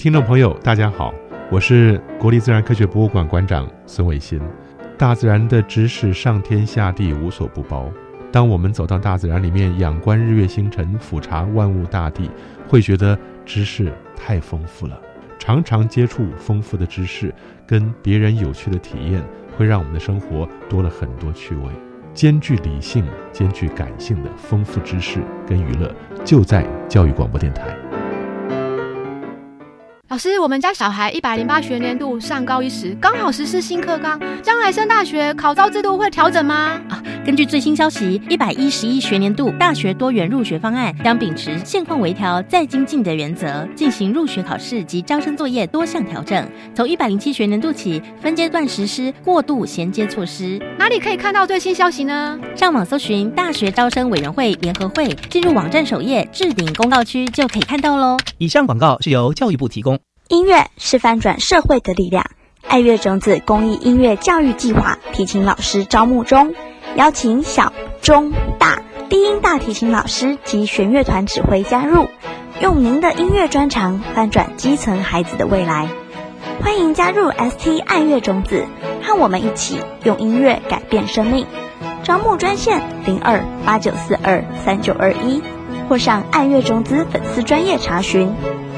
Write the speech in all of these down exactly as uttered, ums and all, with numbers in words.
听众朋友大家好，我是国立自然科学博物馆馆长孙伟新。大自然的知识上天下地无所不包，当我们走到大自然里面仰观日月星辰，俯察万物大地，会觉得知识太丰富了。常常接触丰富的知识跟别人有趣的体验，会让我们的生活多了很多趣味。兼具理性兼具感性的丰富知识跟娱乐，就在教育广播电台。 老师，我们家小孩一百零八学年度上高一时，刚好实施新课纲，将来升大学考招制度会调整吗？ 啊，根据最新消息，一百一十一学年度大学多元入学方案将秉持现况微调再精进的原则，进行入学考试及招生作业多项调整。从一百零七学年度起，分阶段实施过渡衔接措施。 哪里可以看到最新消息呢？ 上网搜寻大学招生委员会联合会，进入网站首页置顶公告区就可以看到咯。 以上广告是由教育部提供。 音乐是翻转社会的力量。爱乐种子公益音乐教育计划提琴老师招募中，邀请小、中、大、低音大提琴老师及弦乐团指挥加入，用您的音乐专长翻转基层孩子的未来。欢迎加入 S T 爱乐种子，和我们一起用音乐改变生命。招募专线零二八九四二三九二一，或上爱乐种子粉丝专页查询。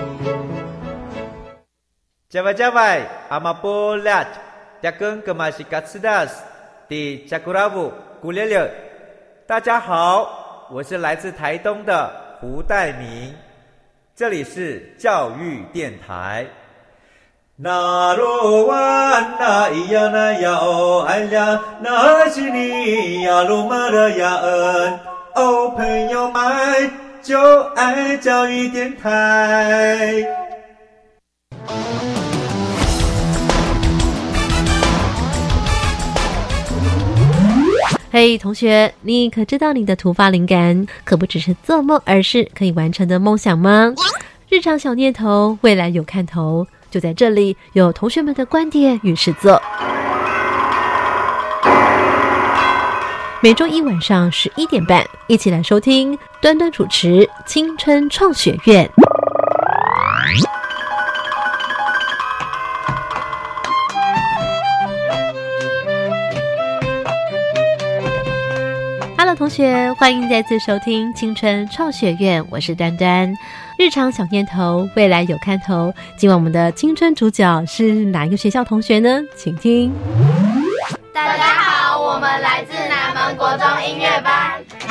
Jawai-jawai, amapolat, yakun kemashikatsidas, di Jakuravu, Gulele。大家好，我是来自台东的胡代明，这里是教育电台。那罗哇那咿呀那呀哦哎呀，那是你呀鲁玛的呀恩哦，朋友们就爱教育电台。 嘿、hey, 同学，你可知道你的突发灵感可不只是做梦，而是可以完成的梦想吗？日常小念头，未来有看头，就在这里有同学们的观点与实作。每周一晚上十一点半，一起来收听端端主持青春创学院。Hello， 同学，欢迎再次收听青春创学院，我是端端。日常小念头，未来有看头。今晚我们的青春主角是哪一个学校同学呢？请听。 大家好，我们来自南门国中音乐班。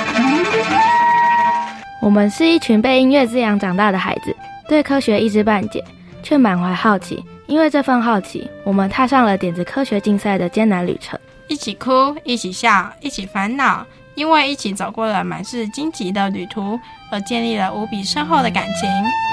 我们是一群被音乐滋养长大的孩子，对科学一知半解，却满怀好奇。因为这份好奇，我们踏上了点子科学竞赛的艰难旅程。 一起哭，一起笑，一起烦恼。因为一起走过了满是荆棘的旅途，而建立了无比深厚的感情。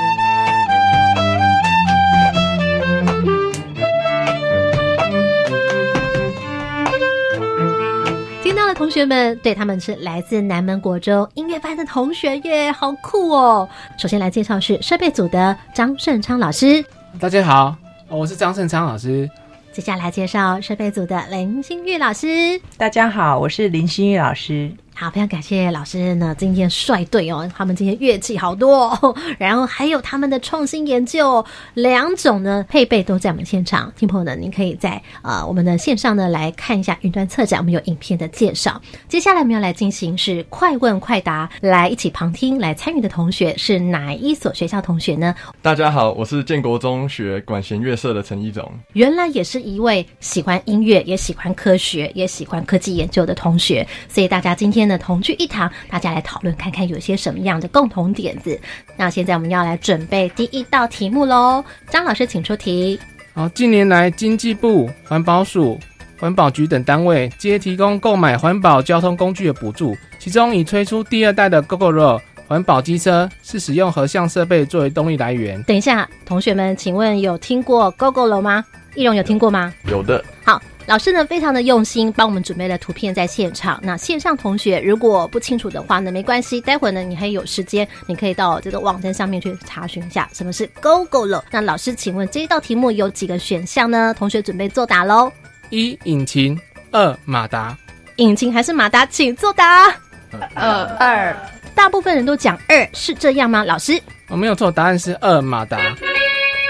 听到了同学们，对，他们是来自南门国中音乐班的同学耶，好酷哦！首先来介绍是设备组的张胜昌老师。 大家好，我是张胜昌老师。 接下来介绍设备组的林心玉老师。 大家好，我是林心玉老师。 好，非常感谢老师呢，今天率队哦，他们今天乐器好多哦，然后还有他们的创新研究，两种呢配备都在我们现场。听朋友呢，您可以在呃我们的线上呢来看一下云端策展，我们有影片的介绍。接下来我们要来进行是快问快答，来一起旁听来参与的同学是哪一所学校同学呢？ 大家好，我是建国中学管弦乐社的陈一种。 原来也是一位喜欢音乐，也喜欢科学，也喜欢科技研究的同学，所以大家今天呢同聚一堂，大家来讨论看看有些什么样的共同点子。那现在我们要来准备第一道题目咯，张老师请出题。 好，近年来经济部、环保署、环保局等单位皆提供购买环保交通工具的补助，其中已推出第二代的 Gogoro 环保机车，是使用合项设备作为动力来源。 等一下，同学们请问有听过 Gogoro 吗？易容有听过吗？ 有的。 好，老师呢非常的用心，帮我们准备了图片在现场。那线上同学如果不清楚的话呢，没关系，待会呢你还有时间，你可以到这个网站上面去查询一下什么是 Gogoro。那老师请问这一道题目有几个选项呢？同学准备作答咯。 一、引擎；二、马达。 引擎还是马达？请作答。 二二。 大部分人都讲二，是这样吗？老师？ 我没有错，答案是二，马达。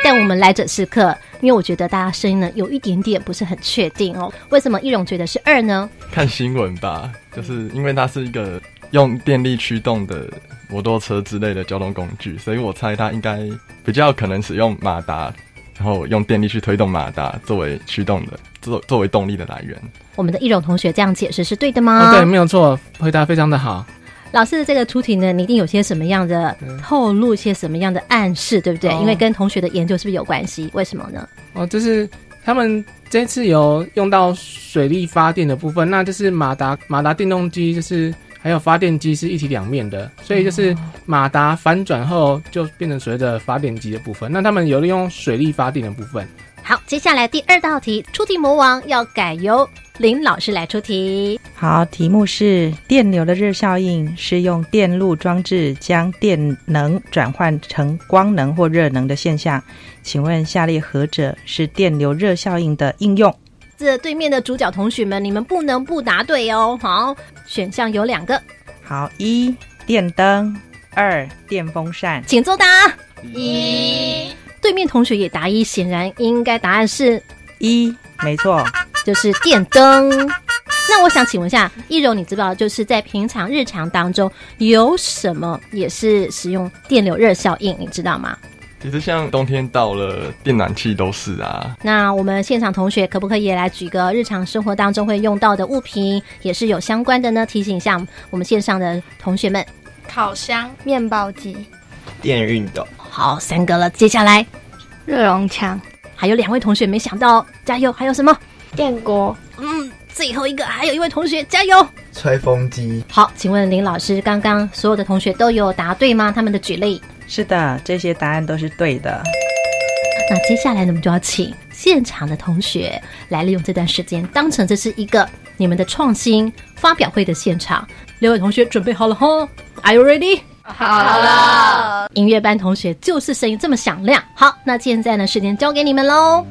但我们来者是客，因为我觉得大家声音呢有一点点不是很确定哦。为什么一荣觉得是二呢？ 看新闻吧，就是因为它是一个用电力驱动的摩托车之类的交通工具，所以我猜它应该比较可能使用马达，然后用电力去推动马达作为驱动的，作作为动力的来源。 我们的一荣同学这样解释是对的吗？ 哦，对，没有错，回答非常的好。 老师的这个出题呢，你一定有些什么样的透露，些什么样的暗示，对不对？哦，因为跟同学的研究是不是有关系？为什么呢？ 哦，就是他们这次有用到水力发电的部分，那就是马达马达电动机，就是还有发电机是一体两面的，所以就是马达反转后就变成所谓的发电机的部分。那他们有利用水力发电的部分。 好，接下来第二道题，出题魔王要改由林老师来出题。 好，题目是电流的热效应是用电路装置将电能转换成光能或热能的现象，请问下列何者是电流热效应的应用？ 这对面的主角同学们，你们不能不答对哦。好，选项有两个。 好，一电灯，二电风扇。 请作答。 一。 对面同学也答一，显然应该答案是一，没错， 就是电灯。那我想请问一下一柔，你知不知道就是在平常日常当中有什么也是使用电流热效应，你知道吗？ 其实像冬天到了，电暖气都是啊。 那我们现场同学可不可以也来举个日常生活当中会用到的物品，也是有相关的呢？提醒一下我们线上的同学们。 烤箱、 面包机、 电熨斗。 好，三个了，接下来热熔枪， 还有两位同学没想到，加油！还有什么？ 电锅。 嗯，最后一个还有一位同学，加油！ 吹风机。 好，请问林老师，刚刚所有的同学都有答对吗？他们的举例？ 是的，这些答案都是对的。 那接下来呢，我们就要请现场的同学来利用这段时间，当成这是一个你们的创新发表会的现场。六位同学准备好了吼 ？Are you ready？ 好了， 音乐班同学就是声音这么响亮。好，那现在呢，时间交给你们喽。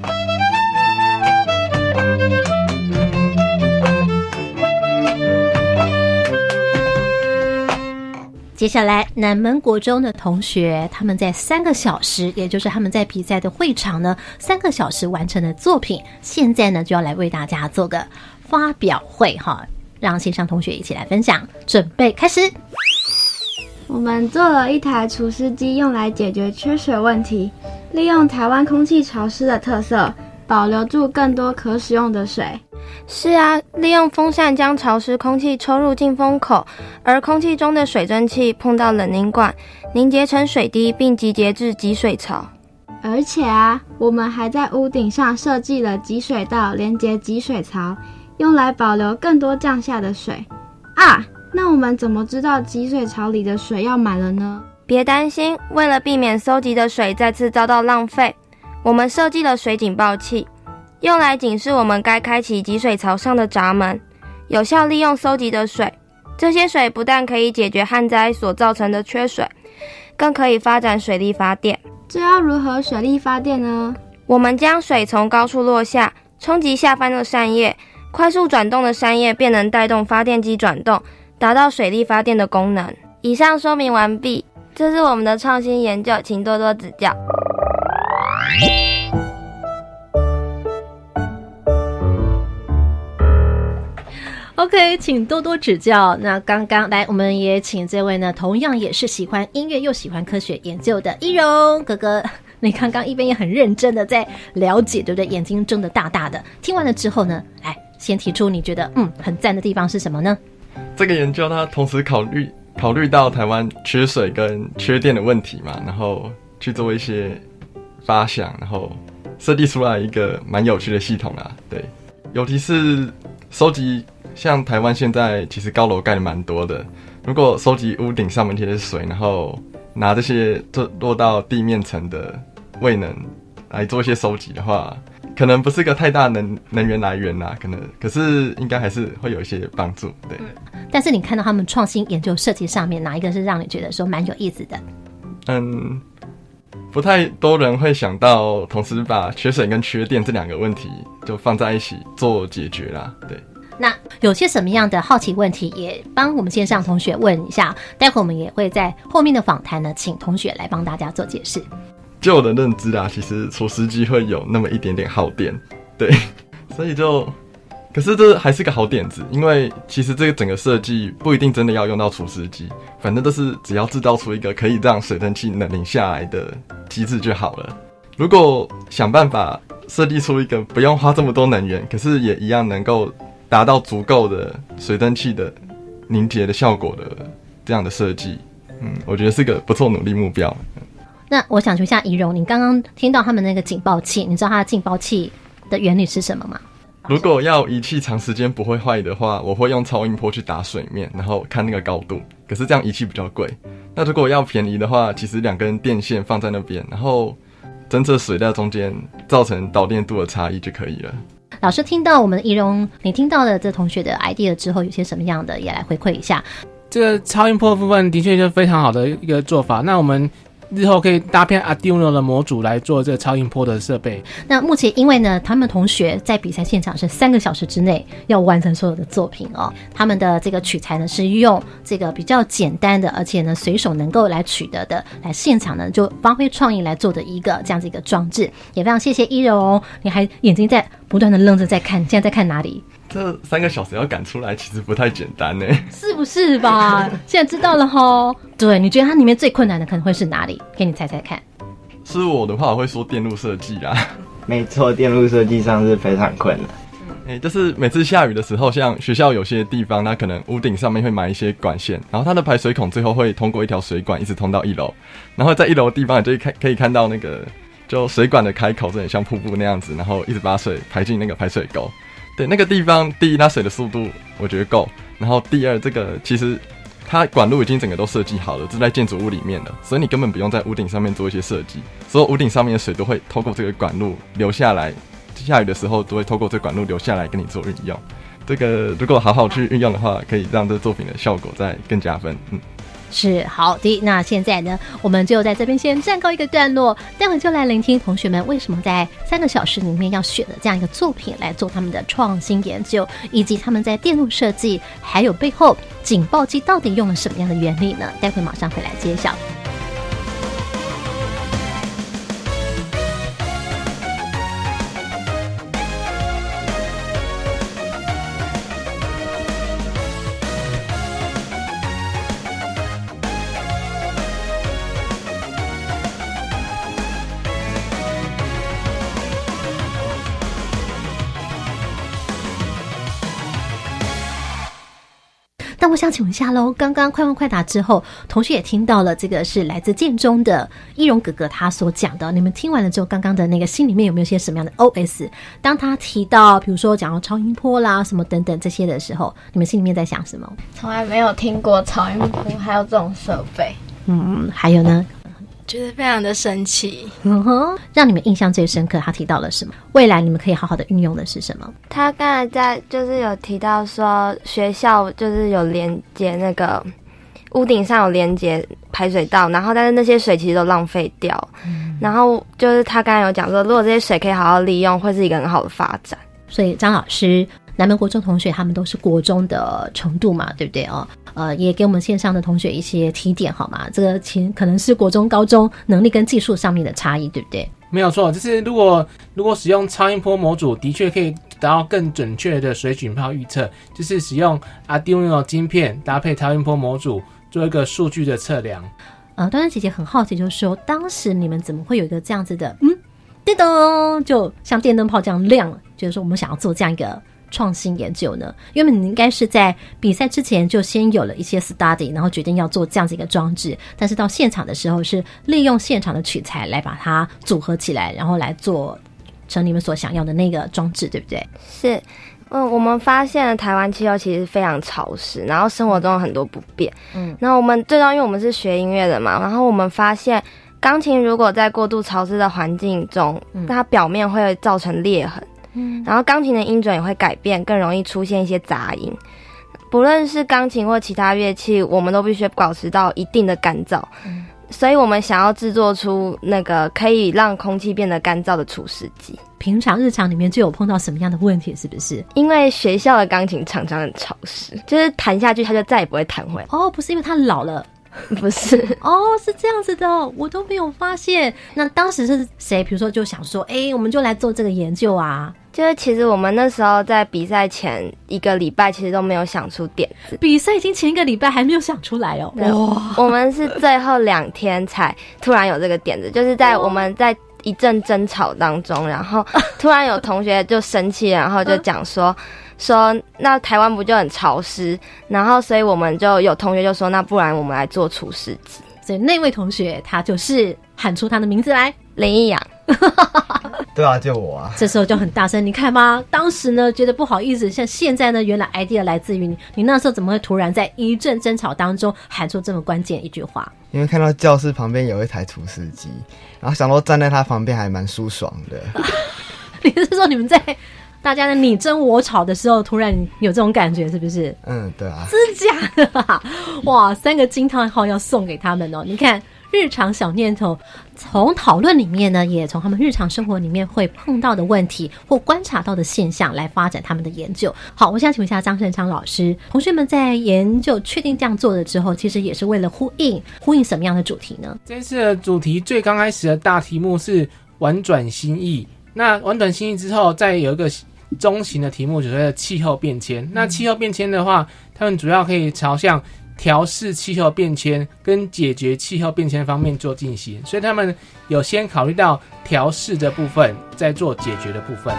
接下来，南门国中的同学，他们在三个小时，也就是他们在比赛的会场呢，三个小时完成的作品，现在呢就要来为大家做个发表会哈，让线上同学一起来分享。准备开始。 我们做了一台除湿机，用来解决缺水问题，利用台湾空气潮湿的特色，保留住更多可使用的水。 是啊，利用风扇将潮湿空气抽入进风口，而空气中的水蒸气碰到冷凝管，凝结成水滴，并集结至集水槽。 而且啊，我们还在屋顶上设计了集水道，连接集水槽，用来保留更多降下的水啊。那我们怎么知道集水槽里的水要满了呢？ 别担心，为了避免收集的水再次遭到浪费，我们设计了水警报器，用来警示我们该开启集水槽上的闸门，有效利用收集的水。这些水不但可以解决旱灾所造成的缺水，更可以发展水力发电。 这要如何水力发电呢？ 我们将水从高处落下，冲击下方的扇叶，快速转动的扇叶便能带动发电机转动，达到水力发电的功能。以上说明完毕，这是我们的创新研究，请多多指教。 OK， 请多多指教。那刚刚来，我们也请这位呢，同样也是喜欢音乐又喜欢科学研究的一荣哥哥。你刚刚一边也很认真的在了解，对不对？眼睛睁得大大的。听完了之后呢，来先提出你觉得嗯很赞的地方是什么呢？ 这个研究它同时考虑考虑到台湾缺水跟缺电的问题嘛，然后去做一些发想，然后设计出来一个蛮有趣的系统啦。对，尤其是收集。像台湾现在其实高楼盖的蛮多的，如果收集屋顶上面这些水，然后拿这些落到地面层的未能来做一些收集的话，可能不是个太大能能源来源啦，可能可是应该还是会有一些帮助。对、嗯， 但是你看到他们创新研究设计上面，哪一个是让你觉得说蛮有意思的？ 嗯，不太多人会想到同时把缺水跟缺电这两个问题就放在一起做解决啦。对。 那有些什么样的好奇问题也帮我们线上同学问一下，待会我们也会在后面的访谈呢请同学来帮大家做解释。 就我的认知啊，其实除湿机会有那么一点点耗电，对，所以就，可是这还是个好点子，因为其实这个整个设计不一定真的要用到除湿机，反正都是只要制造出一个可以让水蒸气冷凝下来的机制就好了。如果想办法设计出一个不用花这么多能源，可是也一样能够达到足够的水蒸气的凝结的效果的这样的设计，嗯，我觉得是个不错努力目标。 那我想问一下宜容，你刚刚听到他们那个警报器，你知道它的警报器的原理是什么吗？ 如果要仪器长时间不会坏的话，我会用超音波去打水面，然后看那个高度。可是这样仪器比较贵。那如果要便宜的话，其实两根电线放在那边，然后侦测水在中间，造成导电度的差异就可以了。 老师听到我们宜容，你听到了这同学的 idea 之后，有些什么样的也来回馈一下。 这个超音波的部分的确就是非常好的一个做法。那我们日后可以搭配 Arduino 的模组来做这个超音波的设备。 那目前因为呢，他们同学在比赛现场是三个小时之内要完成所有的作品哦。他们的这个取材呢是用这个比较简单的，而且呢随手能够来取得的，来现场呢就发挥创意来做的一个这样子一个装置。也非常谢谢宜容，你还眼睛在不断的愣着在看，现在在看哪里？ 这三个小时要赶出来，其实不太简单呢， 是不是吧？现在知道了齁。对，你觉得它里面最困难的可能会是哪里？给你猜猜看。 是我的话，我会说电路设计啦。 没错，电路设计上是非常困难。 哎、欸，就是每次下雨的时候，像学校有些地方，它可能屋顶上面会埋一些管线，然后它的排水孔最后会通过一条水管，一直通到一楼，然后在一楼的地方，你就可以可以看到那个就水管的开口，就很像瀑布那样子，然后一直把水排进那个排水沟。对，那个地方，第一，它水的速度我觉得够，然后第二，这个其实它管路已经整个都设计好了，就在建筑物里面了，所以你根本不用在屋顶上面做一些设计，所有屋顶上面的水都会透过这个管路流下来，下雨的时候都会透过这个管路流下来跟你做运用。这个如果好好去运用的话，可以让这作品的效果再更加分。嗯。 是好的，那现在呢，我们就在这边先暂告一个段落，待会就来聆听同学们为什么在三个小时里面要选的这样一个作品来做他们的创新研究，以及他们在电路设计还有背后警报器到底用了什么样的原理呢？待会马上回来揭晓。那我想请问一下喽，刚刚快问快答之后，同学也听到了这个是来自建中的宜容哥哥他所讲的，你们听完了之后，刚刚的那个心里面有没有些什么样的 O S？ 当他提到比如说讲到超音波啦什么等等这些的时候，你们心里面在想什么？ 从来没有听过超音波还有这种设备。 嗯，还有呢？ 觉得非常的神奇。 嗯哼，让你们印象最深刻，他提到了什么？未来你们可以好好的运用的是什么？ 他刚才在就是有提到说，学校就是有连接那个屋顶上有连接排水道，然后但是那些水其实都浪费掉。嗯、然后就是他刚才有讲说，如果这些水可以好好利用，会是一个很好的发展。 所以张老师。南门国中同学他们都是国中的程度嘛，对不对哦？呃，也给我们线上的同学一些提点好吗？这个其实可能是国中、高中能力跟技术上面的差异，对不对？ 没有错，就是如果如果使用超音波模组，的确可以达到更准确的水警报预测，就是使用 Arduino 晶片搭配超音波模组做一个数据的测量。 呃，端端姐姐很好奇，就是说当时你们怎么会有一个这样子的，嗯，叮咚，就像电灯泡这样亮了，就是说我们想要做这样一个创新研究呢？因为你应该是在比赛之前就先有了一些 study， 然后决定要做这样子一个装置，但是到现场的时候是利用现场的取材来把它组合起来，然后来做成你们所想要的那个装置，对不对？ 是，嗯，我们发现了台湾气候其实非常潮湿，然后生活中有很多不便。嗯，然后我们最重要，因为我们是学音乐的嘛，然后我们发现钢琴如果在过度潮湿的环境中，嗯、它表面会造成裂痕。嗯，然后钢琴的音准也会改变，更容易出现一些杂音。不论是钢琴或其他乐器，我们都必须保持到一定的干燥。嗯，所以我们想要制作出那个可以让空气变得干燥的除湿机。 平常日常里面就有碰到什么样的问题，是不是？ 因为学校的钢琴常常很潮湿，就是弹下去它就再也不会弹回来。 哦，不是因为它老了不是哦，是这样子的，我都没有发现。那当时是谁？比如说就想说，哎、欸，我们就来做这个研究啊。 就是其实我们那时候在比赛前一个礼拜，其实都没有想出点子。 比赛已经前一个礼拜还没有想出来哦。 哇！我们是最后两天才突然有这个点子，就是在我们在一阵争吵当中，然后突然有同学就生气，然后就讲说。说那台湾不就很潮湿，然后所以我们就有同学就说，那不然我们来做厨师机。 所以那位同学他就是喊出他的名字来， 林义阳。 对啊，就我啊。 这时候就很大声，你看吗？当时呢觉得不好意思，像现在呢，原来 idea 来自于你。你那时候怎么会突然在一阵争吵当中喊出这么关键一句话？ 因为看到教室旁边有一台厨师机，然后想说站在他旁边还蛮舒爽的。 你是说你们在大家的你争我吵的时候，突然有这种感觉，是不是？ 嗯，对啊。 真假的啊？哇，三个惊叹号要送给他们哦！你看，日常小念头，从讨论里面呢，也从他们日常生活里面会碰到的问题或观察到的现象来发展他们的研究。好，我想请问一下张胜昌老师，同学们在研究确定这样做了之后，其实也是为了呼应呼应什么样的主题呢？ 这次的主题最刚开始的大题目是婉转心意，那婉转心意之后，再有一个中型的题目就是气候变迁。那气候变迁的话，他们主要可以朝向调适气候变迁跟解决气候变迁方面做进行，所以他们有先考虑到调适的部分，再做解决的部分。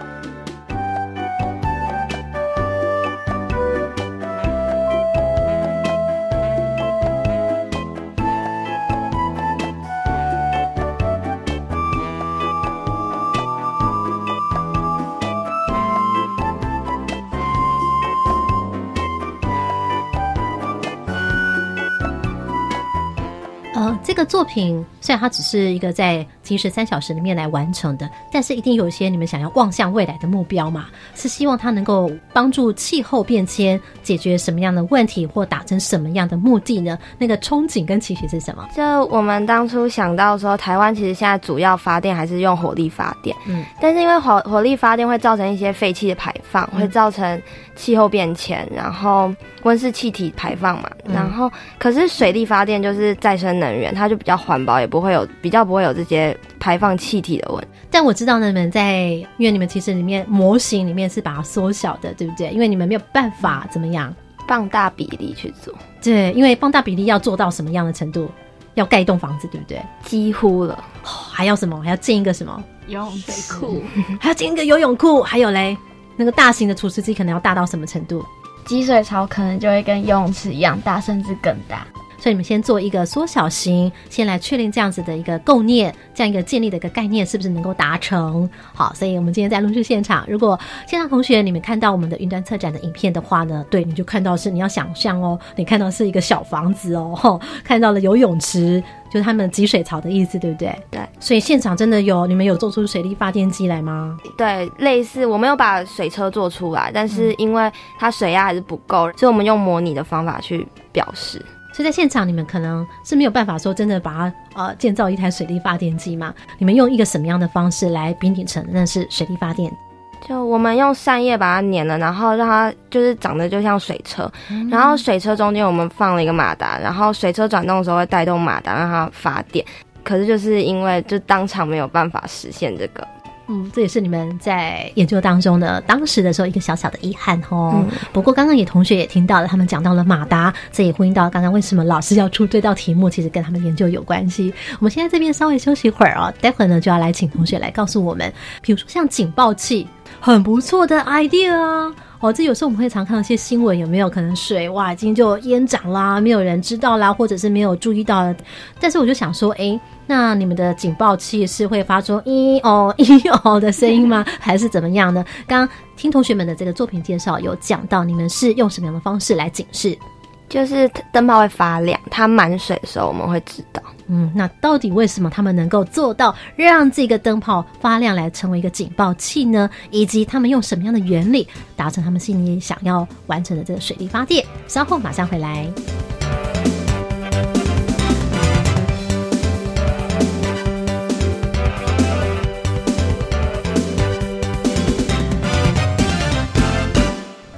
呃，这个作品虽然它只是一个在其实三小时里面来完成的，但是一定有一些你们想要望向未来的目标嘛，是希望它能够帮助气候变迁解决什么样的问题，或达成什么样的目的呢？那个憧憬跟期许是什么？ 就我们当初想到说，台湾其实现在主要发电还是用火力发电，嗯，但是因为火火力发电会造成一些废气的排放，嗯、会造成气候变迁，然后温室气体排放嘛，嗯、然后可是水力发电就是再生能源，它就比较环保，也不会有比较不会有这些排放气体的问题。 但我知道呢，你们在因为你们其实里面模型里面是把它缩小的，对不对？因为你们没有办法怎么样放大比例去做。 对，因为放大比例要做到什么样的程度？要盖一栋房子，对不对？ 几乎了。 哦、还要什么？还要建一个什么游泳水库？ 还要建一个游泳库？还有嘞，那个大型的除湿机可能要大到什么程度？ 积水槽可能就会跟游泳池一样大，甚至更大。 所以你们先做一个缩小型，先来确定这样子的一个构念，这样一个建立的一个概念是不是能够达成。好，所以我们今天在录制现场，如果现场同学你们看到我们的云端策展的影片的话呢，对，你就看到是你要想象哦，你看到是一个小房子哦，看到了游泳池，就是他们集水槽的意思，对不对？ 对。 所以现场真的有，你们有做出水力发电机来吗？ 对，类似我没有把水车做出来，但是因为它水压还是不够，所以我们用模拟的方法去表示。 所以在现场你们可能是没有办法说真的把它呃建造一台水力发电机嘛？你们用一个什么样的方式来编拟成那是水力发电？ 就我们用扇叶把它粘了，然后让它就是长得就像水车，嗯、然后水车中间我们放了一个马达，然后水车转动的时候会带动马达让它发电。可是就是因为就当场没有办法实现这个。 嗯，这也是你们在研究当中呢，当时的时候一个小小的遗憾哦。嗯、不过刚刚也同学也听到了，他们讲到了马达，这也呼应到刚刚为什么老师要出这道题目，其实跟他们研究有关系。我们现在这边稍微休息一会儿哦，待会儿呢就要来请同学来告诉我们，比如说像警报器，很不错的 idea 啊。哦，这有时候我们会常看到一些新闻，有没有可能水哇已经就淹涨啦，没有人知道啦，或者是没有注意到了。但是我就想说，哎，那你们的警报器是会发出咦哦咦哦的声音吗？还是怎么样呢？刚刚听同学们的这个作品介绍有讲到，你们是用什么样的方式来警示？ 就是灯泡会发亮，它满水的时候我们会知道。 嗯，那到底为什么他们能够做到让这个灯泡发亮来成为一个警报器呢？以及他们用什么样的原理达成他们心里想要完成的这个水力发电？稍后马上回来。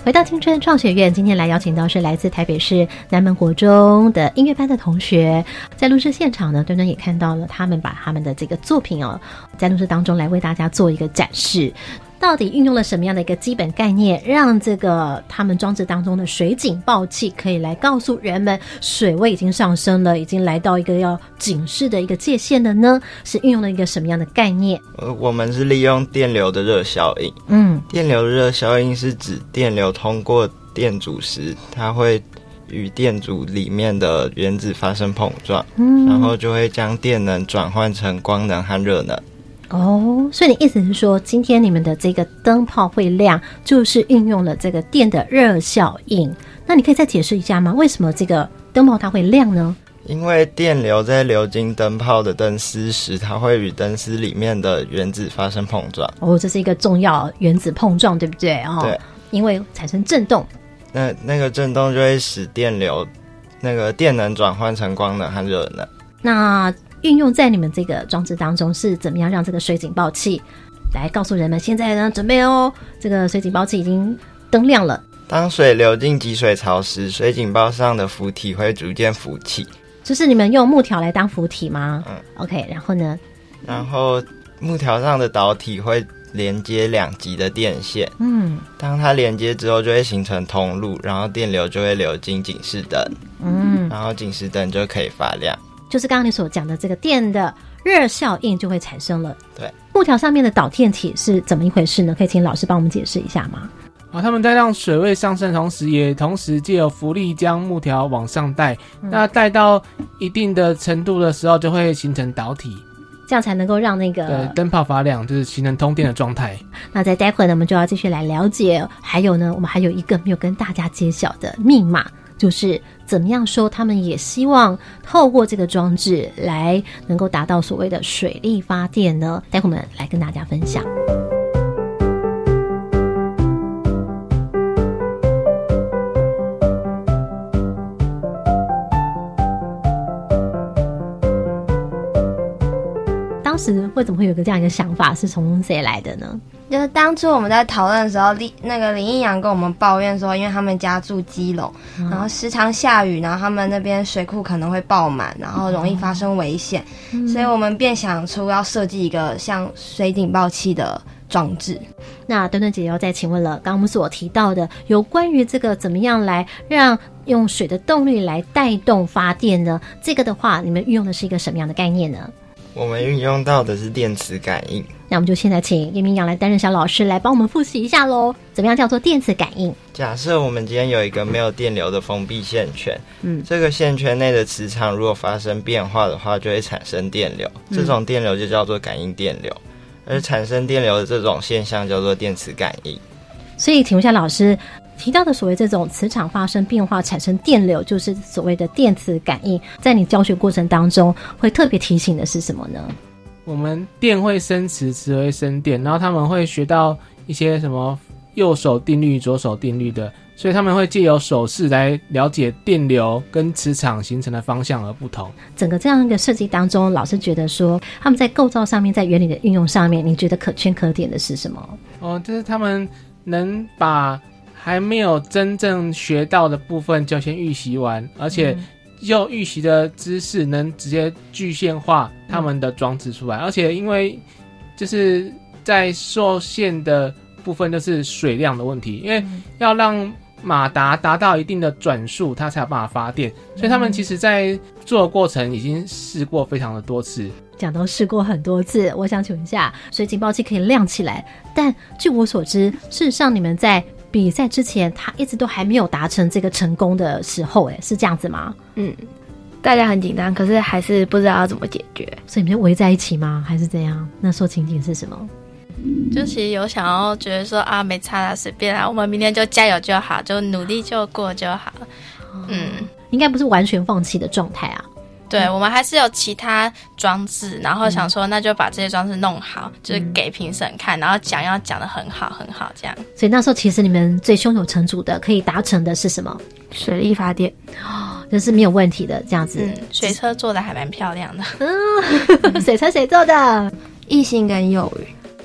回到青春创学院，今天来邀请到是来自台北市南门国中的音乐班的同学，在录制现场呢，端端也看到了他们把他们的这个作品哦，在录制当中来为大家做一个展示。到底运用了什么样的一个基本概念，让这个他们装置当中的水警报器可以来告诉人们水位已经上升了，已经来到一个要警示的一个界限了呢？是运用了一个什么样的概念？ 呃，我们是利用电流的热效应。 嗯， 电流的热效应是指电流通过电阻时，它会与电阻里面的原子发生碰撞，嗯，然后就会将电能转换成光能和热能。 哦，所以你意思是说，今天你们的这个灯泡会亮，就是运用了这个电的热效应。那你可以再解释一下吗？为什么这个灯泡它会亮呢？ 因为电流在流经灯泡的灯丝时，它会与灯丝里面的原子发生碰撞。 哦，这是一个重要原子碰撞，对不对？哦， 对， 因为产生震动， 那那个震动就会使电流那个电能转换成光能和热能。 那运用在你们这个装置当中是怎么样让这个水警报器来告诉人们现在呢准备哦，这个水警报器已经灯亮了。 当水流进集水槽时，水警报上的浮体会逐渐浮起。 就是你们用木条来当浮体吗？嗯 OK， 然后呢？ 然后木条上的导体会连接两极的电线，嗯，当它连接之后就会形成通路，然后电流就会流进警示灯，嗯，然后警示灯就可以发亮。 就是刚刚你所讲的这个电的热效应就会产生了。 对， 木条上面的导电体是怎么一回事呢？可以请老师帮我们解释一下吗？ 啊，他们在让水位上升的同时，也同时借由浮力将木条往上带，嗯、那带到一定的程度的时候，就会形成导体， 这样才能够让那个对灯泡发亮，就是形成通电的状态。 那在待会呢，我们就要继续来了解，还有呢，我们还有一个没有跟大家揭晓的密码。就是怎么样说他们也希望透过这个装置来能够达到所谓的水力发电呢？待会我们来跟大家分享。当时为什么会有个这样一个想法，是从谁来的呢？ 就是当初我们在讨论的时候，那个林义阳跟我们抱怨说，因为他们家住基隆，嗯、然后时常下雨，然后他们那边水库可能会爆满，然后容易发生危险，嗯、所以我们便想出要设计一个像水警报器的装置。 那端端姐要再请问了，刚刚我们所提到的有关于这个怎么样来让用水的动力来带动发电呢？这个的话，你们运用的是一个什么样的概念呢？ 我们运用到的是电磁感应。 那我们就现在请叶明阳来担任小老师，来帮我们复习一下咯。怎么样叫做电磁感应？ 假设我们今天有一个没有电流的封闭线圈，嗯，这个线圈内的磁场如果发生变化的话，就会产生电流，这种电流就叫做感应电流，而产生电流的这种现象叫做电磁感应。 所以请问一下老师，提到的所谓这种磁场发生变化产生电流，就是所谓的电磁感应，在你教学过程当中会特别提醒的是什么呢？ 我们电会生磁，磁会生电，然后他们会学到一些什么右手定律、左手定律的，所以他们会借由手势来了解电流跟磁场形成的方向而不同。 整个这样一个设计当中，老师觉得说他们在构造上面，在原理的运用上面，你觉得可圈可点的是什么？ 哦，就是他们能把还没有真正学到的部分就先预习完，而且、嗯用预习的知识能直接具现化他们的装置出来，嗯、而且因为就是在受限的部分就是水量的问题，因为要让马达达到一定的转速，它才有办法发电，所以他们其实在做的过程已经试过非常的多次。 讲都试过很多次，我想请问一下，水警报器可以亮起来，但据我所知，事实上你们在比赛之前，他一直都还没有达成这个成功的时候，哎，是这样子吗？ 嗯，大家很紧张，可是还是不知道要怎么解决， 所以你们就围在一起吗？还是怎样？那时候情景是什么？ 就其实有想要觉得说啊，没差啦，随便啦，我们明天就加油就好，就努力就过就好。 嗯，应该不是完全放弃的状态啊。 对、嗯、我们还是有其他装置，然后想说那就把这些装置弄好、嗯、就是给评审看，然后讲要讲得很好很好这样。 所以那时候其实你们最胸有成竹的可以达成的是什么？ 水力发电， 哦，这是没有问题的这样子。 嗯，水车做的还蛮漂亮的。 嗯，水车谁做的？ 艺兴跟幼宇。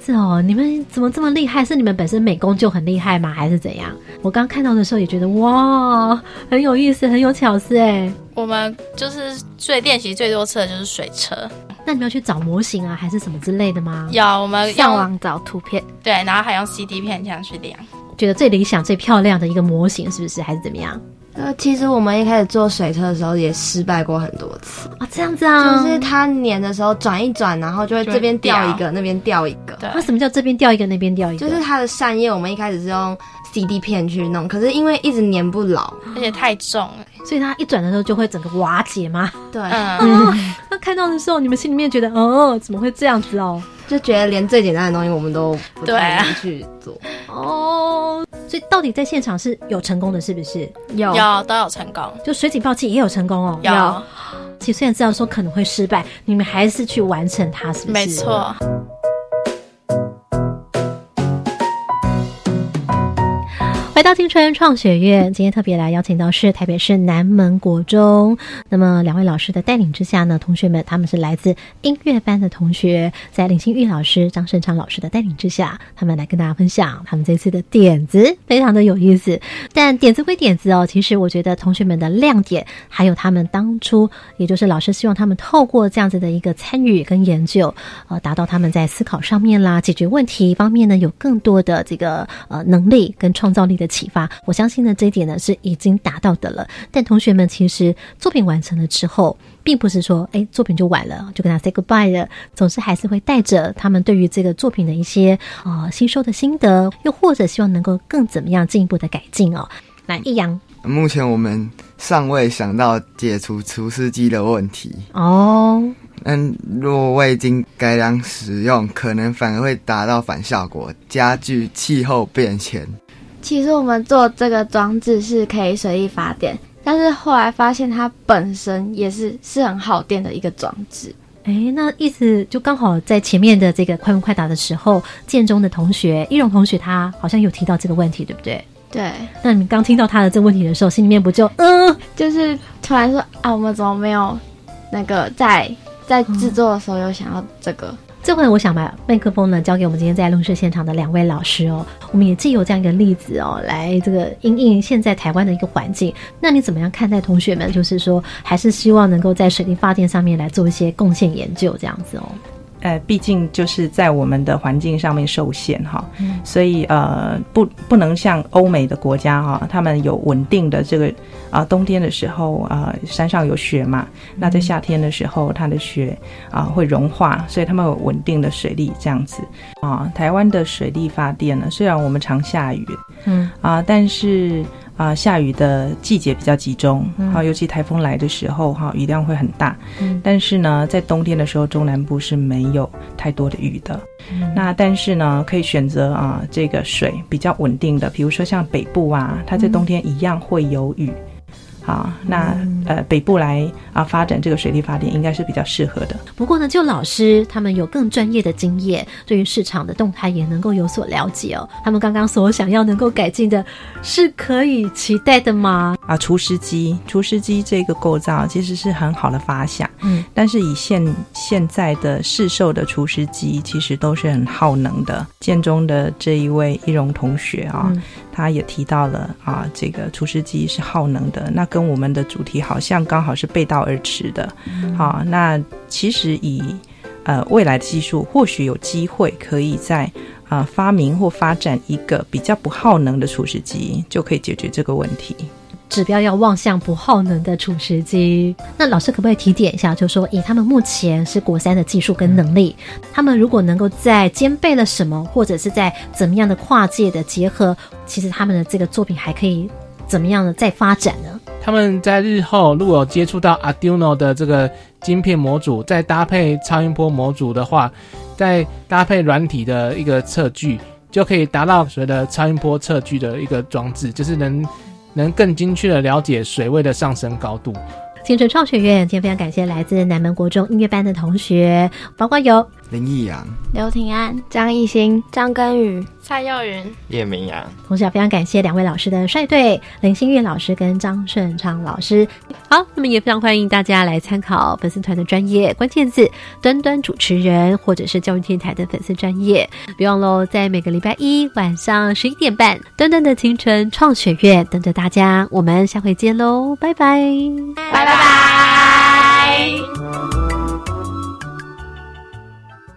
子哦，你们怎么这么厉害？是你们本身美工就很厉害吗？还是怎样？我刚看到的时候也觉得哇，很有意思，很有巧思哎。 我们就是最练习最多次的就是水车。 那你们要去找模型啊，还是什么之类的吗？ 有，我们上网找图片， 对，然后还用 C D 片这样去量。 觉得最理想、最漂亮的一个模型是不是？还是怎么样？ 呃，其实我们一开始做水车的时候也失败过很多次啊，这样子啊， 就是它粘的时候转一转，然后就会这边掉一个，那边掉一个。 对，那什么叫这边掉一个，那边掉一个？ 就是它的扇叶，我们一开始是用 C D 片去弄，可是因为一直粘不牢， 而且太重了， 所以它一转的时候就会整个瓦解吗？ 对， 嗯。哦，那看到的时候，你们心里面觉得，哦，怎么会这样子哦？ 就觉得连最简单的东西我们都不太能去做。 哦，所以到底在现场是有成功的，是不是？ 有有都有成功， 就水警报器也有成功哦。 有， 其实虽然知道说可能会失败，你们还是去完成它，是不是？ 没错。 回到青春创学院，今天特别来邀请到是台北市南门国中，那么两位老师的带领之下呢，同学们他们是来自音乐班的同学，在林心玉老师、张胜昌老师的带领之下，他们来跟大家分享他们这次的点子，非常的有意思。但点子归点子哦，其实我觉得同学们的亮点，还有他们当初，也就是老师希望他们透过这样子的一个参与跟研究，呃，达到他们在思考上面啦、解决问题方面呢，有更多的这个呃能力跟创造力的启发，我相信呢这一点呢是已经达到的了。但同学们其实作品完成了之后，并不是说哎作品就完了，就跟他 say goodbye 了，总是还是会带着他们对于这个作品的一些呃吸收的心得，又或者希望能够更怎么样进一步的改进哦。来，易阳， 目前我们尚未想到解除除湿机的问题哦。 但若未经改良使用，可能反而会达到反效果，加剧气候变迁。 其实我们做这个装置是可以水力发电，但是后来发现它本身也是是很耗电的一个装置。 哎，那意思就刚好在前面的这个快问快答的时候，建中的同学易容同学他好像有提到这个问题，对不对？ 对。 那你刚听到他的这个问题的时候，心里面不就嗯， 就是突然说啊，我们怎么没有那个在在制作的时候有想要这个？ 这回我想把麦克风呢交给我们今天在录制现场的两位老师哦，我们也藉由这样一个例子哦，来这个因应现在台湾的一个环境，那你怎么样看待同学们？就是说，还是希望能够在水力发电上面来做一些贡献研究，这样子哦。 呃，毕竟就是在我们的环境上面受限哈， 嗯、 所以呃不不能像欧美的国家哈，他们有稳定的这个啊、呃、冬天的时候啊、呃、山上有雪嘛，那在夏天的时候它的雪啊、呃、会融化，所以他们有稳定的水力这样子啊。台湾的水力发电呢，虽然我们常下雨， 嗯啊、呃，但是啊、呃，下雨的季节比较集中，好、嗯，尤其台风来的时候，哈，雨量会很大。嗯，但是呢，在冬天的时候，中南部是没有太多的雨的。嗯，那但是呢，可以选择啊、呃，这个水比较稳定的，比如说像北部啊，它在冬天一样会有雨。嗯好，那呃北部来啊发展这个水力发电应该是比较适合的。 不过呢，就老师他们有更专业的经验，对于市场的动态也能够有所了解哦。他们刚刚所想要能够改进的，是可以期待的吗？ 啊，除湿机，除湿机这个构造其实是很好的发想， 嗯， 但是以现现在的市售的除湿机，其实都是很耗能的。建中的这一位易容同学啊。嗯，他也提到了啊，这个除湿机是耗能的，那跟我们的主题好像刚好是背道而驰的。嗯、好，那其实以呃未来的技术，或许有机会可以在啊、呃、发明或发展一个比较不耗能的除湿机，就可以解决这个问题。 指标要望向不耗能的除湿机。那老师可不可以提点一下，就是说以他们目前是国三的技术跟能力，他们如果能够在兼备了什么，或者是在怎么样的跨界的结合，其实他们的这个作品还可以怎么样的再发展呢？ 他们在日后如果接触到 Arduino 的这个晶片模组，再搭配超音波模组的话，再搭配软体的一个测距，就可以达到所谓的超音波测距的一个装置，就是能能更精确的了解水位的上升高度。 青春创学院今天非常感谢来自南门国中音乐班的同学，包括有林义阳、 刘庭安、 张艺兴、张根宇、 蔡佑云、 叶明阳。 同时要非常感谢两位老师的率队，林心月老师跟张顺昌老师。好，那么也非常欢迎大家来参考粉丝团的专业关键字端端主持人，或者是教育电台的粉丝专业。别忘喽，在每个礼拜一晚上十一点半，端端的清晨创学院等着大家。我们下回见喽，拜拜， 拜拜拜。